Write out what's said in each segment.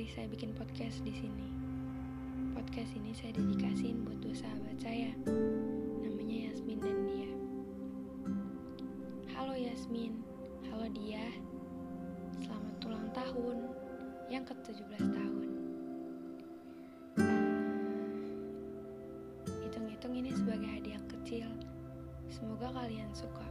kali saya bikin podcast di sini. Podcast ini saya dedikasiin buat dua sahabat saya, namanya Yasmin dan Dia. Halo Yasmin, halo Dia. Selamat ulang tahun yang ke-17 tahun. Hitung-hitung ini sebagai hadiah kecil. Semoga kalian suka.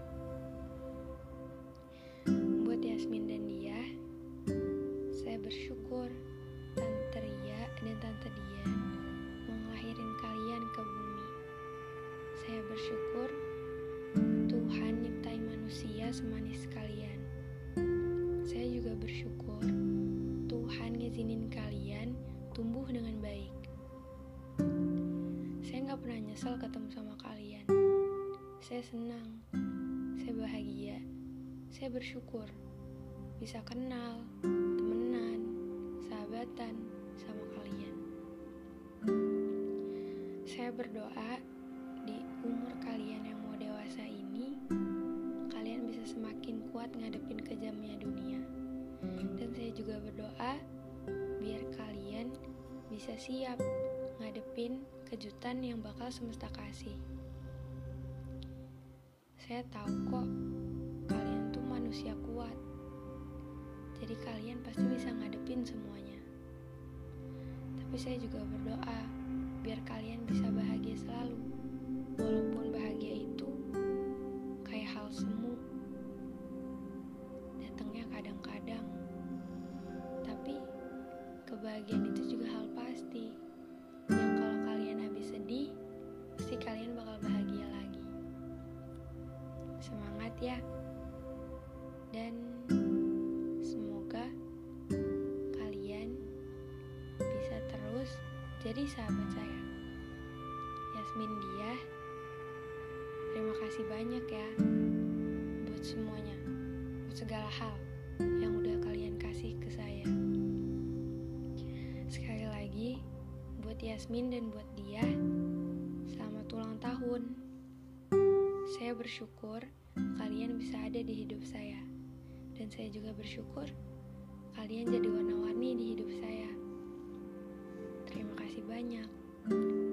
Buat Yasmin dan Dia, saya bersyukur Tante Ria dan Tante Dian mau ngelahirin kalian ke bumi. Saya bersyukur Tuhan nyiptain manusia semanis kalian. Saya juga bersyukur Tuhan ngizinin kalian tumbuh dengan baik. Saya gak pernah nyesel ketemu sama kalian. Saya senang, saya bahagia, saya bersyukur bisa kenal, temenan, sahabatan sama kalian. Saya berdoa di umur kalian yang mau dewasa ini, kalian bisa semakin kuat ngadepin kejamnya dunia. Dan saya juga berdoa biar kalian bisa siap ngadepin kejutan yang bakal semesta kasih. Saya tahu kok kalian tuh manusia kuat. Jadi kalian pasti bisa ngadepin semuanya. Tapi saya juga berdoa biar kalian bisa bahagia selalu. Walaupun bahagia itu kayak hal semu, datangnya kadang-kadang. Tapi kebahagiaan itu juga hal pasti, yang kalau kalian habis sedih, pasti kalian bakal bahagia lagi. Semangat ya. Dan semoga kalian bisa terus jadi sahabat saya. Yasmin Dia, terima kasih banyak ya buat semuanya, buat segala hal yang udah kalian kasih ke saya. Sekali lagi, buat Yasmin dan buat Dia, selamat ulang tahun. Saya bersyukur kalian bisa ada di hidup saya. Dan saya juga bersyukur kalian jadi warna-warni di hidup saya. Terima kasih banyak.